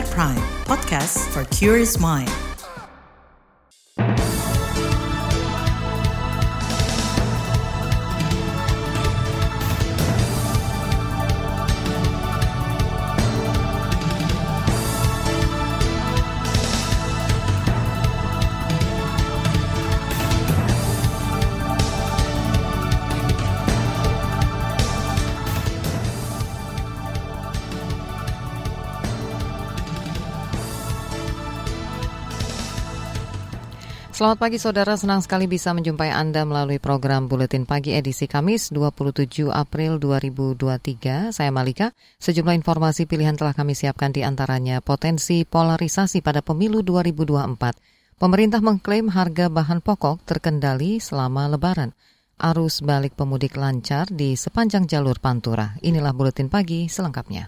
KBR Prime, podcast for curious mind. Selamat pagi saudara, senang sekali bisa menjumpai Anda melalui program Buletin Pagi edisi Kamis 27 April 2023. Saya Malika. Sejumlah informasi pilihan telah kami siapkan, di antaranya potensi polarisasi pada pemilu 2024. Pemerintah mengklaim harga bahan pokok terkendali selama Lebaran. Arus balik pemudik lancar di sepanjang jalur Pantura. Inilah Buletin Pagi selengkapnya.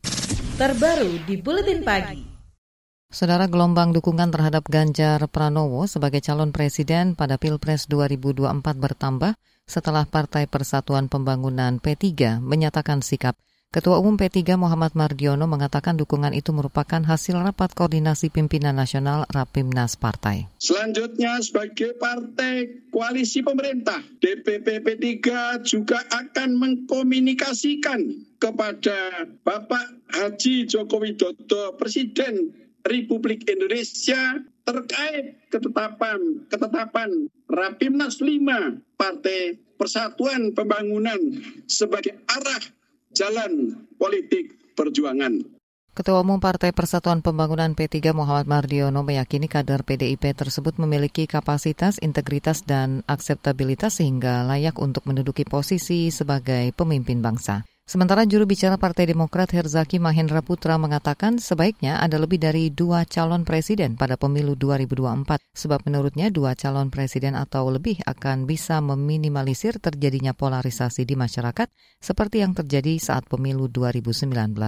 Terbaru di Buletin Pagi. Saudara, gelombang dukungan terhadap Ganjar Pranowo sebagai calon presiden pada Pilpres 2024 bertambah setelah Partai Persatuan Pembangunan P3 menyatakan sikap. Ketua Umum P3 Muhammad Mardiono mengatakan dukungan itu merupakan hasil rapat koordinasi pimpinan nasional Rapimnas Partai. Selanjutnya, sebagai partai koalisi pemerintah, DPP P3 juga akan mengkomunikasikan kepada Bapak Haji Joko Widodo, Presiden Republik Indonesia, terkait ketetapan Rapimnas 5 Partai Persatuan Pembangunan sebagai arah jalan politik perjuangan. Ketua Umum Partai Persatuan Pembangunan P3 Muhammad Mardiono meyakini kader PDIP tersebut memiliki kapasitas, integritas, dan akseptabilitas sehingga layak untuk menduduki posisi sebagai pemimpin bangsa. Sementara juru bicara Partai Demokrat Herzaki Mahendra Putra mengatakan sebaiknya ada lebih dari 2 calon presiden pada pemilu 2024, sebab menurutnya 2 calon presiden atau lebih akan bisa meminimalisir terjadinya polarisasi di masyarakat seperti yang terjadi saat pemilu 2019.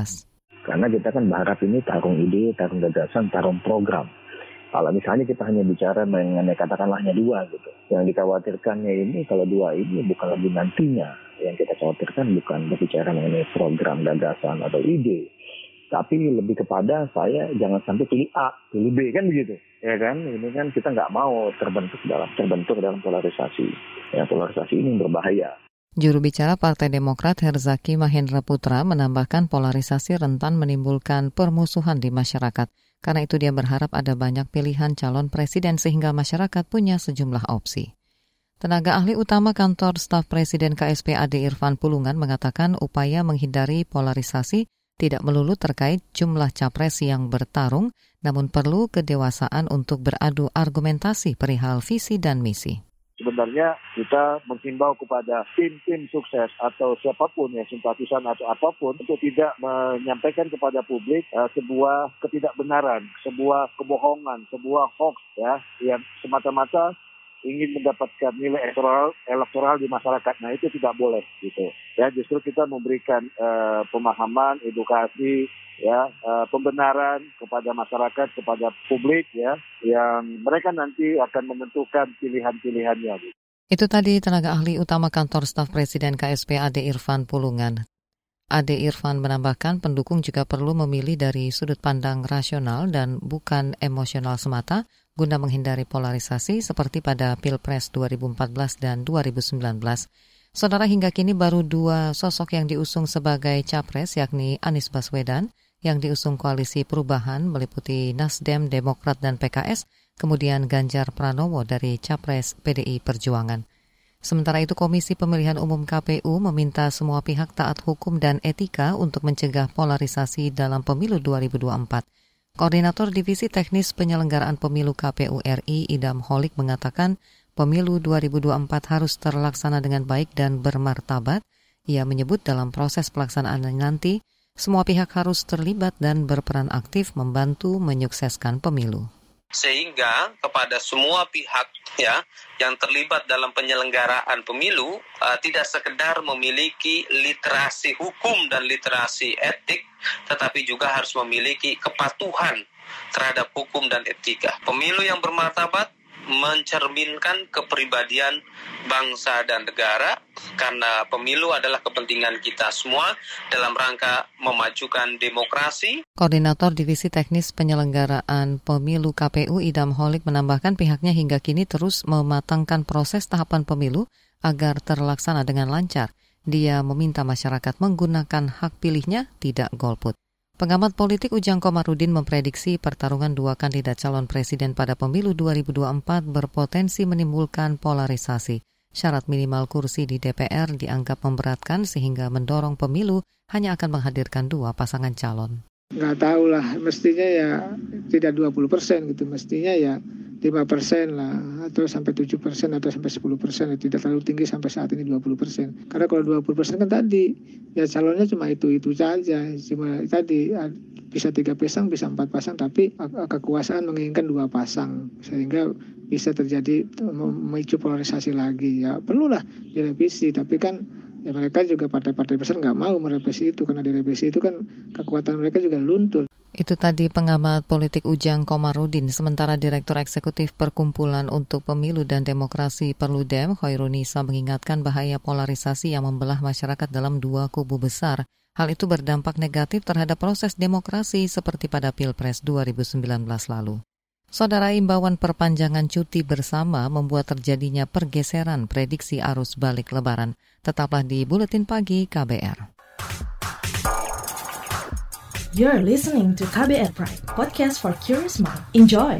Karena kita kan berharap ini tarung ide, tarung gagasan, tarung program. Kalau misalnya kita hanya bicara mengenai katakanlah hanya 2 gitu. Yang dikhawatirkannya ini kalau 2 ini bukan lagi nantinya. Yang kita khawatirkan bukan berbicara mengenai program, gagasan atau ide. Tapi lebih kepada saya jangan sampai pilih A, pilih B, kan begitu. Ya kan, ini kan kita nggak mau terbentuk dalam polarisasi. Ya, polarisasi ini berbahaya. Juru bicara Partai Demokrat Herzaki Mahendra Putra menambahkan polarisasi rentan menimbulkan permusuhan di masyarakat. Karena itu dia berharap ada banyak pilihan calon presiden sehingga masyarakat punya sejumlah opsi. Tenaga ahli utama kantor staf Presiden KSP Ade Irfan Pulungan mengatakan upaya menghindari polarisasi tidak melulu terkait jumlah capres yang bertarung, namun perlu kedewasaan untuk beradu argumentasi perihal visi dan misi. Sebenarnya kita menghimbau kepada tim-tim sukses atau siapapun ya, simpatisan atau apapun, untuk tidak menyampaikan kepada publik sebuah ketidakbenaran, sebuah kebohongan, sebuah hoax ya, yang semata-mata ingin mendapatkan nilai elektoral di masyarakat. Nah, itu tidak boleh gitu. Ya, justru kita memberikan pemahaman, edukasi, ya, pembenaran kepada masyarakat, kepada publik ya, yang mereka nanti akan menentukan pilihan-pilihannya. Gitu. Itu tadi tenaga ahli utama kantor staf Presiden KSP Ade Irfan Pulungan. Ade Irfan menambahkan pendukung juga perlu memilih dari sudut pandang rasional dan bukan emosional semata guna menghindari polarisasi seperti pada Pilpres 2014 dan 2019. Saudara, hingga kini baru 2 sosok yang diusung sebagai capres, yakni Anies Baswedan yang diusung Koalisi Perubahan meliputi Nasdem, Demokrat, dan PKS, kemudian Ganjar Pranowo dari capres PDI Perjuangan. Sementara itu, Komisi Pemilihan Umum KPU meminta semua pihak taat hukum dan etika untuk mencegah polarisasi dalam pemilu 2024. Koordinator Divisi Teknis Penyelenggaraan Pemilu KPU RI Idam Holik mengatakan pemilu 2024 harus terlaksana dengan baik dan bermartabat. Ia menyebut dalam proses pelaksanaan nanti, semua pihak harus terlibat dan berperan aktif membantu menyukseskan pemilu. Sehingga kepada semua pihak ya yang terlibat dalam penyelenggaraan pemilu tidak sekedar memiliki literasi hukum dan literasi etik, tetapi juga harus memiliki kepatuhan terhadap hukum dan etika. Pemilu yang bermartabat mencerminkan kepribadian bangsa dan negara, karena pemilu adalah kepentingan kita semua dalam rangka memajukan demokrasi. Koordinator Divisi Teknis Penyelenggaraan Pemilu KPU Idam Holik menambahkan pihaknya hingga kini terus mematangkan proses tahapan pemilu agar terlaksana dengan lancar. Dia meminta masyarakat menggunakan hak pilihnya, tidak golput. Pengamat politik Ujang Komarudin memprediksi pertarungan dua kandidat calon presiden pada pemilu 2024 berpotensi menimbulkan polarisasi. Syarat minimal kursi di DPR dianggap memberatkan sehingga mendorong pemilu hanya akan menghadirkan dua pasangan calon. Nggak tahu lah, mestinya ya tidak 20% gitu, mestinya ya 5% lah, atau sampai 7% atau sampai 10%, tidak terlalu tinggi sampai saat ini 20%. Karena kalau 20% kan tadi, ya calonnya cuma itu saja, cuma tadi bisa 3 pasang, bisa 4 pasang, tapi kekuasaan menginginkan 2 pasang, sehingga bisa terjadi memicu polarisasi lagi. Ya perlulah direvisi, tapi kan ya mereka juga partai-partai besar nggak mau merevisi itu, karena direvisi itu kan kekuatan mereka juga luntur. Itu tadi pengamat politik Ujang Komarudin. Sementara Direktur Eksekutif Perkumpulan untuk Pemilu dan Demokrasi Perludem, Khairunisa, mengingatkan bahaya polarisasi yang membelah masyarakat dalam dua kubu besar. Hal itu berdampak negatif terhadap proses demokrasi seperti pada Pilpres 2019 lalu. Saudara, imbauan perpanjangan cuti bersama membuat terjadinya pergeseran prediksi arus balik Lebaran. Tetaplah di Buletin Pagi KBR. You're listening to KBR Pride, podcast for curious mind. Enjoy!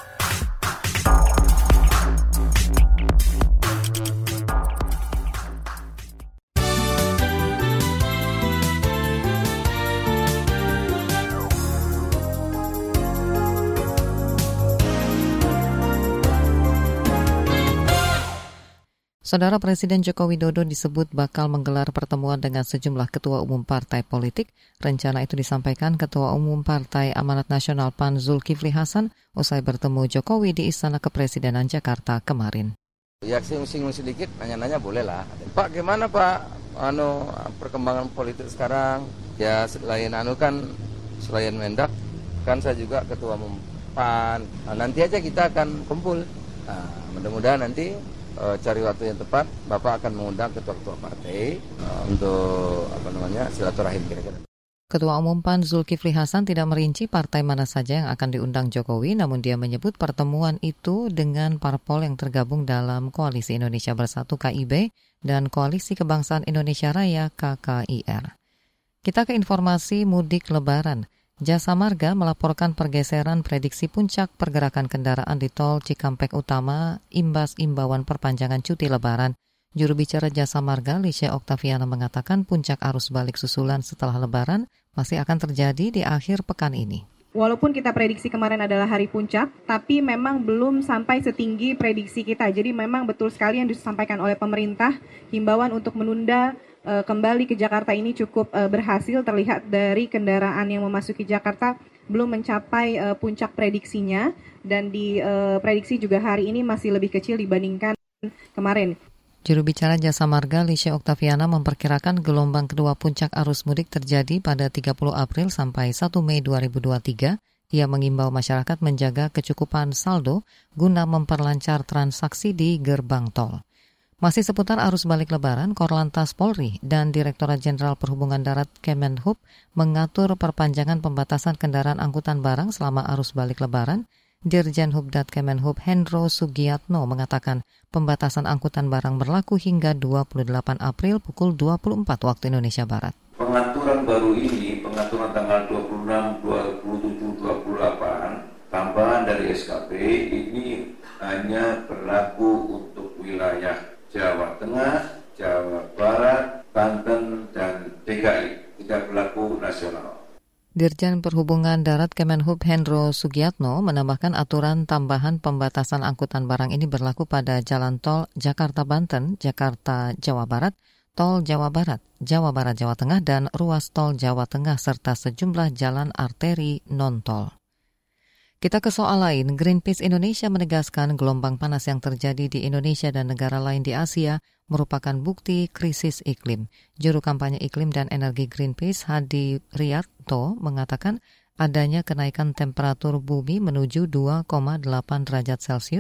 Saudara, Presiden Joko Widodo disebut bakal menggelar pertemuan dengan sejumlah ketua umum partai politik. Rencana itu disampaikan Ketua Umum Partai Amanat Nasional PAN Zulkifli Hasan usai bertemu Jokowi di Istana Kepresidenan Jakarta kemarin. Ya singgung sedikit, nanya-nanya boleh lah. Pak, gimana Pak perkembangan politik sekarang? Ya selain selain Mendak, kan saya juga Ketua Umum PAN. Nanti aja kita akan kumpul. Mudah-mudahan nanti cari waktu yang tepat, Bapak akan mengundang ketua-ketua partai untuk silaturahim kira-kira. Ketua Umum PAN Zulkifli Hasan tidak merinci partai mana saja yang akan diundang Jokowi, namun dia menyebut pertemuan itu dengan parpol yang tergabung dalam Koalisi Indonesia Bersatu KIB dan Koalisi Kebangsaan Indonesia Raya KKIR. Kita ke informasi mudik Lebaran. Jasa Marga melaporkan pergeseran prediksi puncak pergerakan kendaraan di tol Cikampek Utama imbas imbauan perpanjangan cuti Lebaran. Juru bicara Jasa Marga, Lisha Oktaviana, mengatakan puncak arus balik susulan setelah Lebaran masih akan terjadi di akhir pekan ini. Walaupun kita prediksi kemarin adalah hari puncak, tapi memang belum sampai setinggi prediksi kita. Jadi memang betul sekali yang disampaikan oleh pemerintah, himbauan untuk menunda kembali ke Jakarta ini cukup berhasil. Terlihat dari kendaraan yang memasuki Jakarta belum mencapai puncak prediksinya, dan di prediksi juga hari ini masih lebih kecil dibandingkan kemarin. Juru bicara Jasa Marga, Lisha Oktaviana, memperkirakan gelombang kedua puncak arus mudik terjadi pada 30 April sampai 1 Mei 2023. Ia mengimbau masyarakat menjaga kecukupan saldo guna memperlancar transaksi di gerbang tol. Masih seputar arus balik Lebaran, Korlantas Polri dan Direktorat Jenderal Perhubungan Darat Kemenhub mengatur perpanjangan pembatasan kendaraan angkutan barang selama arus balik Lebaran. Dirjen Hubdat Kemenhub Hendro Sugiatno mengatakan pembatasan angkutan barang berlaku hingga 28 April pukul 24 waktu Indonesia Barat. Pengaturan baru ini, pengaturan tanggal 26, 27, 28, tambahan dari SKP ini hanya berlaku untuk wilayah Jawa Tengah, Jawa Barat, Banten, dan DKI. Tidak berlaku nasional. Dirjen Perhubungan Darat Kemenhub Hendro Sugiatno menambahkan aturan tambahan pembatasan angkutan barang ini berlaku pada jalan tol Jakarta-Banten, Jakarta Jawa Barat, tol Jawa Barat, Jawa Barat-Jawa Tengah, dan ruas tol Jawa Tengah, serta sejumlah jalan arteri non-tol. Kita ke soal lain. Greenpeace Indonesia menegaskan gelombang panas yang terjadi di Indonesia dan negara lain di Asia merupakan bukti krisis iklim. Juru kampanye iklim dan energi Greenpeace, Hadi Riyadto, mengatakan adanya kenaikan temperatur bumi menuju 2,8 derajat Celcius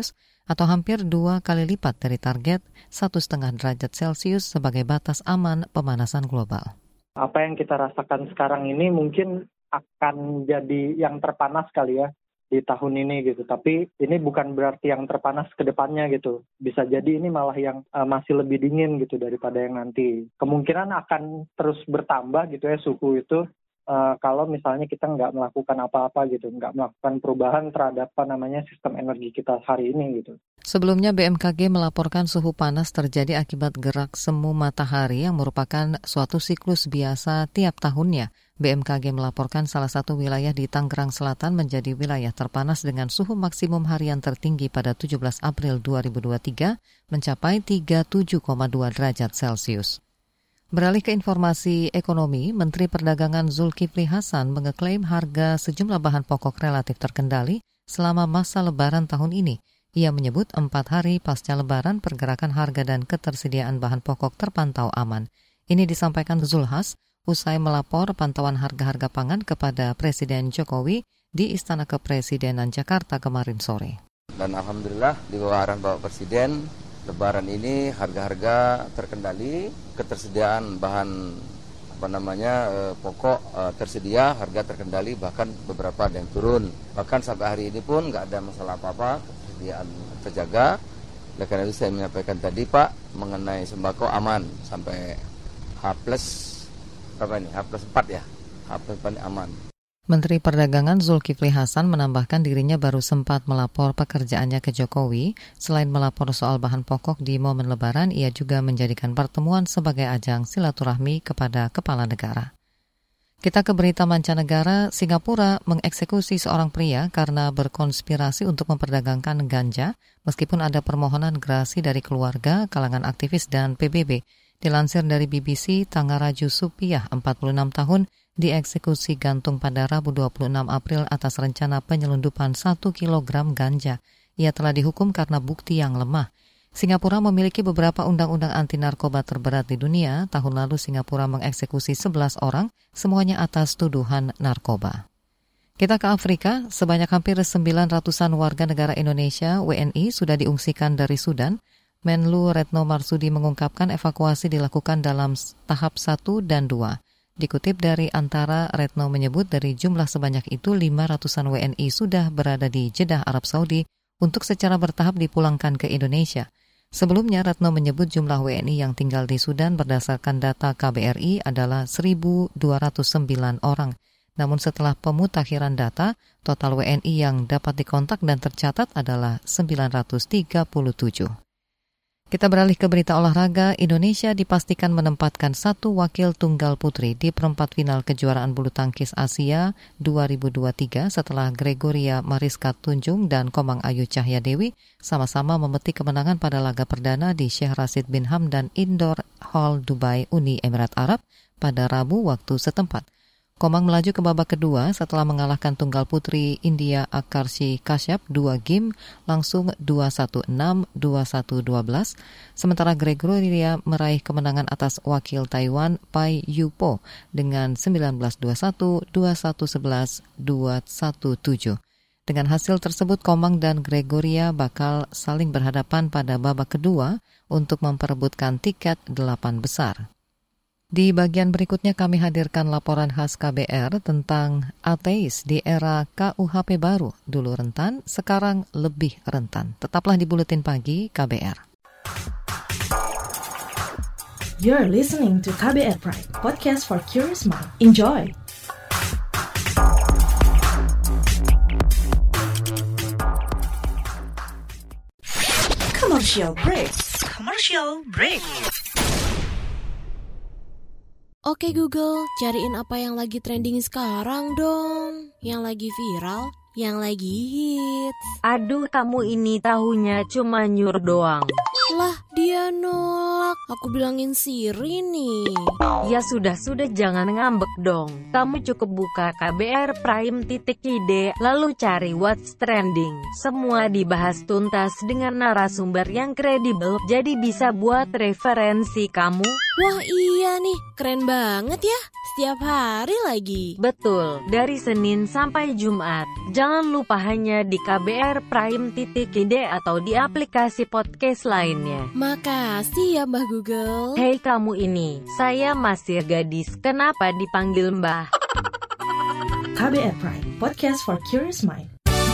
atau hampir 2 kali lipat dari target 1,5 derajat Celcius sebagai batas aman pemanasan global. Apa yang kita rasakan sekarang ini mungkin akan jadi yang terpanas kali ya di tahun ini gitu. Tapi ini bukan berarti yang terpanas ke depannya gitu. Bisa jadi ini malah yang masih lebih dingin gitu daripada yang nanti. Kemungkinan akan terus bertambah gitu ya suhu itu. Kalau misalnya kita nggak melakukan apa-apa gitu, nggak melakukan perubahan terhadap sistem energi kita hari ini gitu. Sebelumnya BMKG melaporkan suhu panas terjadi akibat gerak semu matahari yang merupakan suatu siklus biasa tiap tahunnya. BMKG melaporkan salah satu wilayah di Tangerang Selatan menjadi wilayah terpanas dengan suhu maksimum harian tertinggi pada 17 April 2023 mencapai 37,2 derajat Celcius. Beralih ke informasi ekonomi, Menteri Perdagangan Zulkifli Hasan mengeklaim harga sejumlah bahan pokok relatif terkendali selama masa Lebaran tahun ini. Ia menyebut 4 hari pasca Lebaran pergerakan harga dan ketersediaan bahan pokok terpantau aman. Ini disampaikan Zulhas usai melapor pantauan harga-harga pangan kepada Presiden Jokowi di Istana Kepresidenan Jakarta kemarin sore. Dan alhamdulillah di bawah arahan Bapak Presiden, Lebaran ini harga-harga terkendali, ketersediaan bahan pokok tersedia, harga terkendali, bahkan beberapa ada yang turun. Bahkan sampai hari ini pun nggak ada masalah apa-apa, ketersediaan terjaga. Oleh karena itu saya menyampaikan tadi Pak mengenai sembako aman sampai H+4 ya, H+4 aman. Menteri Perdagangan Zulkifli Hasan menambahkan dirinya baru sempat melapor pekerjaannya ke Jokowi. Selain melapor soal bahan pokok di momen Lebaran, ia juga menjadikan pertemuan sebagai ajang silaturahmi kepada kepala negara. Kita ke berita mancanegara. Singapura mengeksekusi seorang pria karena berkonspirasi untuk memperdagangkan ganja, meskipun ada permohonan gerasi dari keluarga, kalangan aktivis, dan PBB. Dilansir dari BBC, Tangaraju Supiah, 46 tahun, dieksekusi gantung pada Rabu 26 April atas rencana penyelundupan 1 kilogram ganja. Ia telah dihukum karena bukti yang lemah. Singapura memiliki beberapa undang-undang anti narkoba terberat di dunia. Tahun lalu Singapura mengeksekusi 11 orang, semuanya atas tuduhan narkoba. Kita ke Afrika, sebanyak hampir 900-an warga negara Indonesia WNI sudah diungsikan dari Sudan. Menlu Retno Marsudi mengungkapkan evakuasi dilakukan dalam tahap 1 dan 2. Dikutip dari Antara, Retno menyebut dari jumlah sebanyak itu 500-an WNI sudah berada di Jeddah, Arab Saudi untuk secara bertahap dipulangkan ke Indonesia. Sebelumnya, Retno menyebut jumlah WNI yang tinggal di Sudan berdasarkan data KBRI adalah 1.209 orang. Namun setelah pemutakhiran data, total WNI yang dapat dikontak dan tercatat adalah 937. Kita beralih ke berita olahraga. Indonesia dipastikan menempatkan 1 wakil tunggal putri di perempat final kejuaraan bulu tangkis Asia 2023 setelah Gregoria Mariska Tunjung dan Komang Ayu Cahyadewi sama-sama memetik kemenangan pada laga perdana di Sheikh Rashid bin Hamdan Indoor Hall Dubai, Uni Emirat Arab pada Rabu waktu setempat. Komang melaju ke babak kedua setelah mengalahkan tunggal putri India Akarshi Kashyap 2 game langsung 2-1-6, 2-1-12. Sementara Gregoria meraih kemenangan atas wakil Taiwan Pai Yupo dengan 19-21, 21-11, 21-7. Dengan hasil tersebut, Komang dan Gregoria bakal saling berhadapan pada babak kedua untuk memperebutkan tiket 8 besar. Di bagian berikutnya kami hadirkan laporan khas KBR tentang ateis di era KUHP baru. Dulu rentan, sekarang lebih rentan. Tetaplah di Buletin Pagi KBR. You're listening to KBR Pride, podcast for curious mind. Enjoy! Commercial break. Commercial break. Oke Google, cariin apa yang lagi trending sekarang dong. Yang lagi viral, yang lagi hits. Aduh, kamu ini tahunya cuma nyur doang. Lah, dia nolak. Aku bilangin Siri nih. Ya sudah jangan ngambek dong. Kamu cukup buka kbrprime.id, lalu cari what's trending. Semua dibahas tuntas dengan narasumber yang kredibel, jadi bisa buat referensi kamu. Wah iya nih, keren banget ya. setiap hari lagi. Betul, dari Senin sampai Jumat. Jangan lupa hanya di kbrprime.id atau di aplikasi podcast lainnya. Makasih ya Mbah Google. Hei kamu ini, saya masih gadis, kenapa dipanggil Mbah? KBR Prime, podcast for curious mind.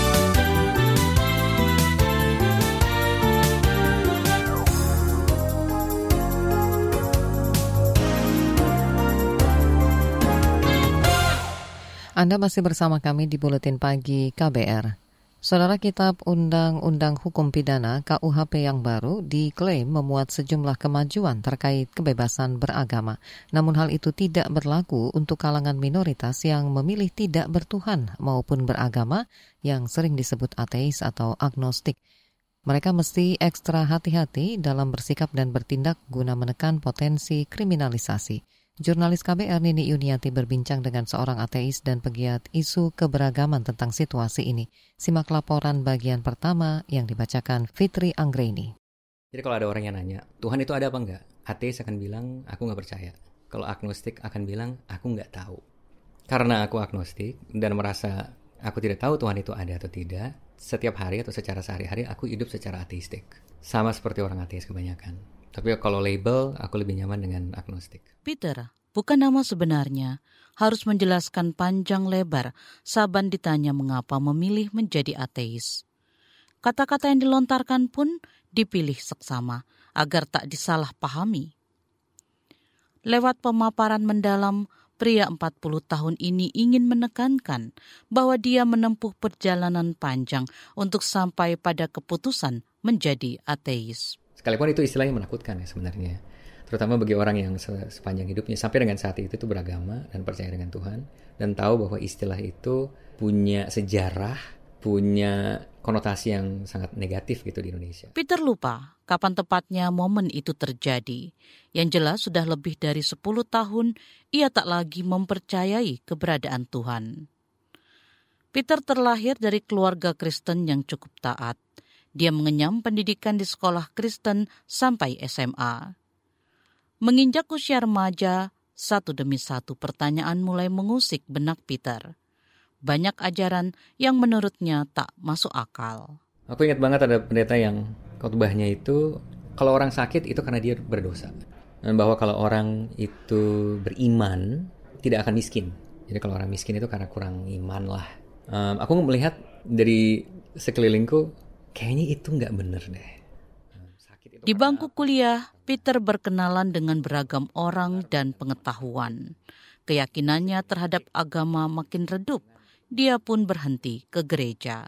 Anda masih bersama kami di Buletin Pagi KBR. Saudara, Kitab Undang-Undang Hukum Pidana KUHP yang baru diklaim memuat sejumlah kemajuan terkait kebebasan beragama. Namun hal itu tidak berlaku untuk kalangan minoritas yang memilih tidak bertuhan maupun beragama yang sering disebut ateis atau agnostik. Mereka mesti ekstra hati-hati dalam bersikap dan bertindak guna menekan potensi kriminalisasi. Jurnalis KBR Nini Yuniati berbincang dengan seorang ateis dan pegiat isu keberagaman tentang situasi ini. Simak laporan bagian pertama yang dibacakan Fitri Anggreni. Jadi kalau ada orang yang nanya, Tuhan itu ada apa enggak? Ateis akan bilang, aku enggak percaya. Kalau agnostik akan bilang, aku enggak tahu. Karena aku agnostik dan merasa aku tidak tahu Tuhan itu ada atau tidak, setiap hari atau secara sehari-hari aku hidup secara ateistik. Sama seperti orang ateis kebanyakan. Tapi kalau label, aku lebih nyaman dengan agnostik. Peter, bukan nama sebenarnya, harus menjelaskan panjang lebar saban ditanya mengapa memilih menjadi ateis. Kata-kata yang dilontarkan pun dipilih seksama agar tak disalahpahami. Lewat pemaparan mendalam, pria 40 tahun ini ingin menekankan bahwa dia menempuh perjalanan panjang untuk sampai pada keputusan menjadi ateis. Sekalipun itu istilahnya menakutkan ya sebenarnya. Terutama bagi orang yang sepanjang hidupnya sampai dengan saat itu beragama dan percaya dengan Tuhan. Dan tahu bahwa istilah itu punya sejarah, punya konotasi yang sangat negatif gitu di Indonesia. Peter lupa kapan tepatnya momen itu terjadi. Yang jelas sudah lebih dari 10 tahun ia tak lagi mempercayai keberadaan Tuhan. Peter terlahir dari keluarga Kristen yang cukup taat. Dia mengenyam pendidikan di sekolah Kristen sampai SMA. Menginjak usia remaja, satu demi satu pertanyaan mulai mengusik benak Peter. Banyak ajaran yang menurutnya tak masuk akal. Aku ingat banget ada pendeta yang khotbahnya itu, kalau orang sakit itu karena dia berdosa. Dan bahwa kalau orang itu beriman, tidak akan miskin. Jadi kalau orang miskin itu karena kurang iman lah. Aku melihat dari sekelilingku, kayaknya itu nggak bener deh. Di bangku kuliah, Peter berkenalan dengan beragam orang dan pengetahuan. Keyakinannya terhadap agama makin redup. Dia pun berhenti ke gereja.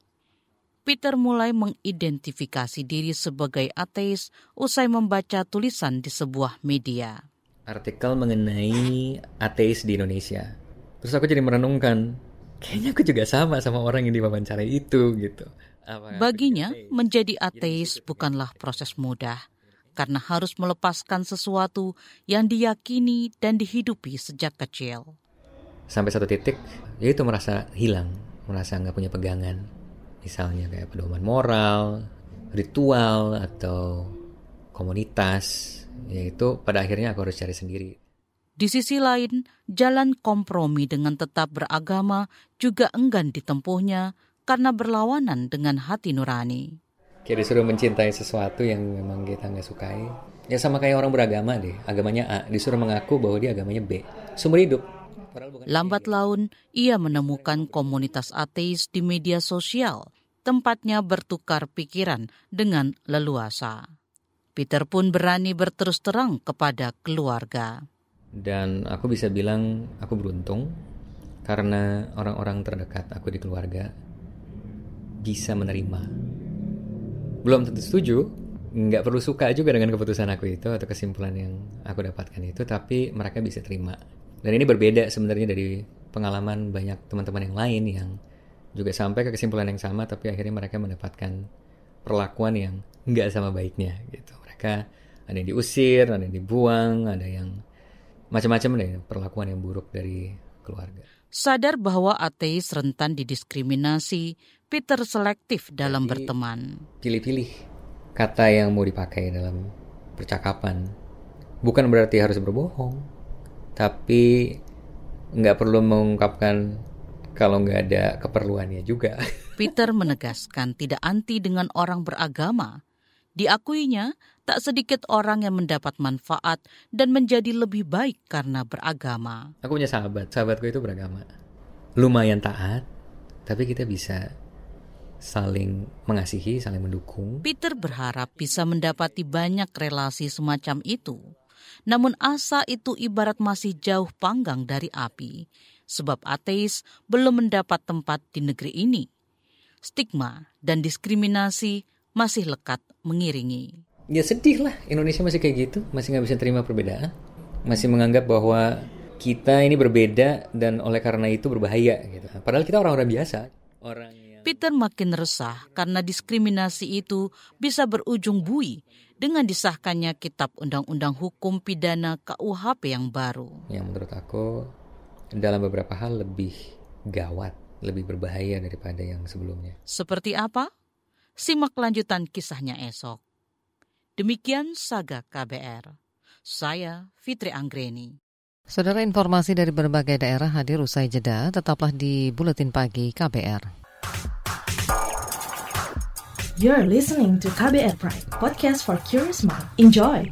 Peter mulai mengidentifikasi diri sebagai ateis usai membaca tulisan di sebuah media. Artikel mengenai ateis di Indonesia. Terus aku jadi merenungkan, kayaknya aku juga sama orang yang diwawancara itu gitu. Baginya, menjadi ateis bukanlah proses mudah, karena harus melepaskan sesuatu yang diyakini dan dihidupi sejak kecil. Sampai satu titik, ya itu merasa hilang, merasa nggak punya pegangan. Misalnya kayak pedoman moral, ritual, atau komunitas, yaitu pada akhirnya aku harus cari sendiri. Di sisi lain, jalan kompromi dengan tetap beragama juga enggan ditempuhnya, karena berlawanan dengan hati nurani. Kayak disuruh mencintai sesuatu yang memang kita nggak sukai. Ya sama kayak orang beragama deh, agamanya A, disuruh mengaku bahwa dia agamanya B. Seumur hidup. Lambat laun, ia menemukan komunitas ateis di media sosial, tempatnya bertukar pikiran dengan leluasa. Peter pun berani berterus terang kepada keluarga. Dan aku bisa bilang aku beruntung, karena orang-orang terdekat aku di keluarga bisa menerima. Belum tentu setuju, nggak perlu suka juga dengan keputusan aku itu atau kesimpulan yang aku dapatkan itu, tapi mereka bisa terima. Dan ini berbeda sebenarnya dari pengalaman banyak teman-teman yang lain yang juga sampai ke kesimpulan yang sama, tapi akhirnya mereka mendapatkan perlakuan yang nggak sama baiknya gitu. Mereka ada yang diusir, ada yang dibuang, ada yang macam-macam deh perlakuan yang buruk dari keluarga. Sadar bahwa ateis rentan didiskriminasi, Peter selektif dalam berteman. Pilih-pilih kata yang mau dipakai dalam percakapan. Bukan berarti harus berbohong, tapi nggak perlu mengungkapkan kalau nggak ada keperluannya juga. Peter menegaskan tidak anti dengan orang beragama. Diakuinya, tak sedikit orang yang mendapat manfaat dan menjadi lebih baik karena beragama. Aku punya sahabatku itu beragama. Lumayan taat, tapi kita bisa saling mengasihi, saling mendukung. Peter berharap bisa mendapati banyak relasi semacam itu. Namun asa itu ibarat masih jauh panggang dari api, sebab ateis belum mendapat tempat di negeri ini. Stigma dan diskriminasi masih lekat mengiringi. Ya sedih lah, Indonesia masih kayak gitu, masih nggak bisa terima perbedaan, masih menganggap bahwa kita ini berbeda dan oleh karena itu berbahaya gitu. Padahal kita orang-orang biasa. Peter makin resah karena diskriminasi itu bisa berujung bui dengan disahkannya Kitab Undang-Undang Hukum Pidana KUHP yang baru. Yang menurut aku dalam beberapa hal lebih gawat, lebih berbahaya daripada yang sebelumnya. Seperti apa? Simak lanjutan kisahnya esok. Demikian Saga KBR. Saya Fitri Anggreni. Saudara, informasi dari berbagai daerah hadir usai jeda. Tetaplah di Buletin Pagi KBR. You're listening to KBR Pride, podcast for curious mind. Enjoy!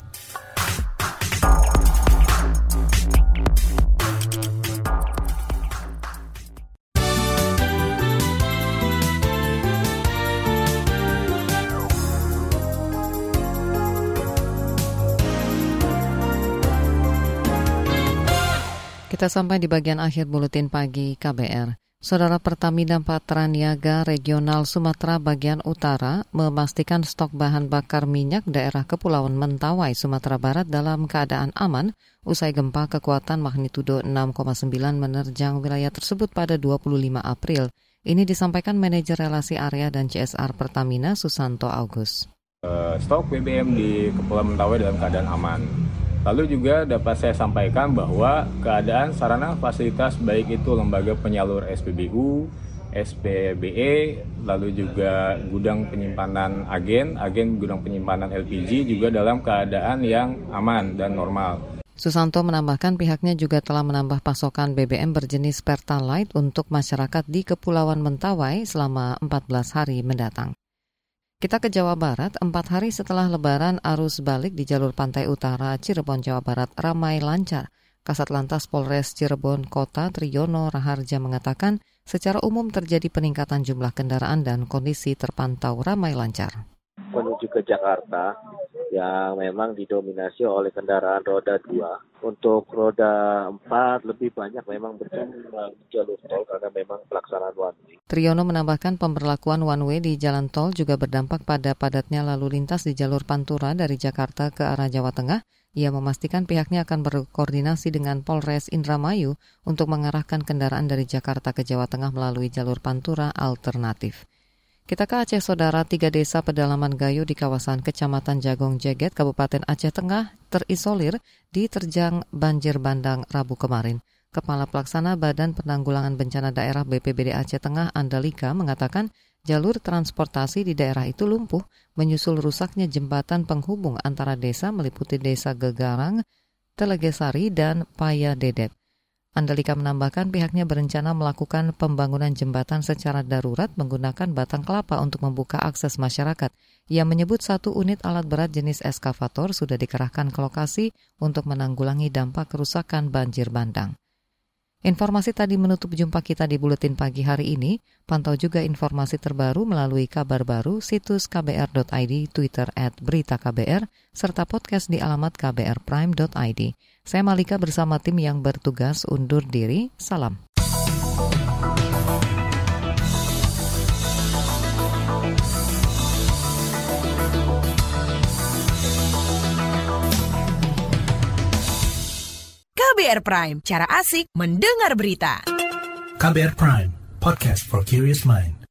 Kita sampai di bagian akhir Buletin Pagi KBR. Saudara, Pertamina Patraniaga Regional Sumatera Bagian Utara memastikan stok bahan bakar minyak daerah Kepulauan Mentawai, Sumatera Barat dalam keadaan aman usai gempa kekuatan magnitudo 6,9 menerjang wilayah tersebut pada 25 April. Ini disampaikan Manajer Relasi Area dan CSR Pertamina, Susanto Agus. Stok BBM di Kepulauan Mentawai dalam keadaan aman. Lalu juga dapat saya sampaikan bahwa keadaan sarana fasilitas baik itu lembaga penyalur SPBU, SPBE, lalu juga gudang penyimpanan agen gudang penyimpanan LPG juga dalam keadaan yang aman dan normal. Susanto menambahkan pihaknya juga telah menambah pasokan BBM berjenis Pertalite untuk masyarakat di Kepulauan Mentawai selama 14 hari mendatang. Kita ke Jawa Barat, 4 hari setelah Lebaran, arus balik di jalur pantai utara Cirebon, Jawa Barat ramai lancar. Kasat Lantas Polres Cirebon Kota Triyono Raharja mengatakan secara umum terjadi peningkatan jumlah kendaraan dan kondisi terpantau ramai lancar. Menuju ke Jakarta yang memang didominasi oleh kendaraan roda 2. Untuk roda 4 lebih banyak memang berjalan melalui jalur tol karena memang pelaksanaan one way. Triyono menambahkan pemberlakuan one way di jalan tol juga berdampak pada padatnya lalu lintas di jalur Pantura dari Jakarta ke arah Jawa Tengah. Ia memastikan pihaknya akan berkoordinasi dengan Polres Indramayu untuk mengarahkan kendaraan dari Jakarta ke Jawa Tengah melalui jalur Pantura alternatif. Kita ke Aceh, Saudara. 3 desa pedalaman Gayo di kawasan Kecamatan Jagong Jeget, Kabupaten Aceh Tengah terisolir diterjang banjir bandang Rabu kemarin. Kepala Pelaksana Badan Penanggulangan Bencana Daerah BPBD Aceh Tengah, Andalika, mengatakan jalur transportasi di daerah itu lumpuh menyusul rusaknya jembatan penghubung antara desa meliputi Desa Gegarang, Telegesari, dan Paya Dedep. Andalika menambahkan pihaknya berencana melakukan pembangunan jembatan secara darurat menggunakan batang kelapa untuk membuka akses masyarakat. Ia menyebut 1 unit alat berat jenis eskavator sudah dikerahkan ke lokasi untuk menanggulangi dampak kerusakan banjir bandang. Informasi tadi menutup jumpa kita di Buletin Pagi hari ini. Pantau juga informasi terbaru melalui kabar baru, situs kbr.id, Twitter @beritaKBR, serta podcast di alamat kbrprime.id. Saya Malika bersama tim yang bertugas undur diri. Salam. KBR Prime, cara asik mendengar berita. KBR Prime, podcast for curious mind.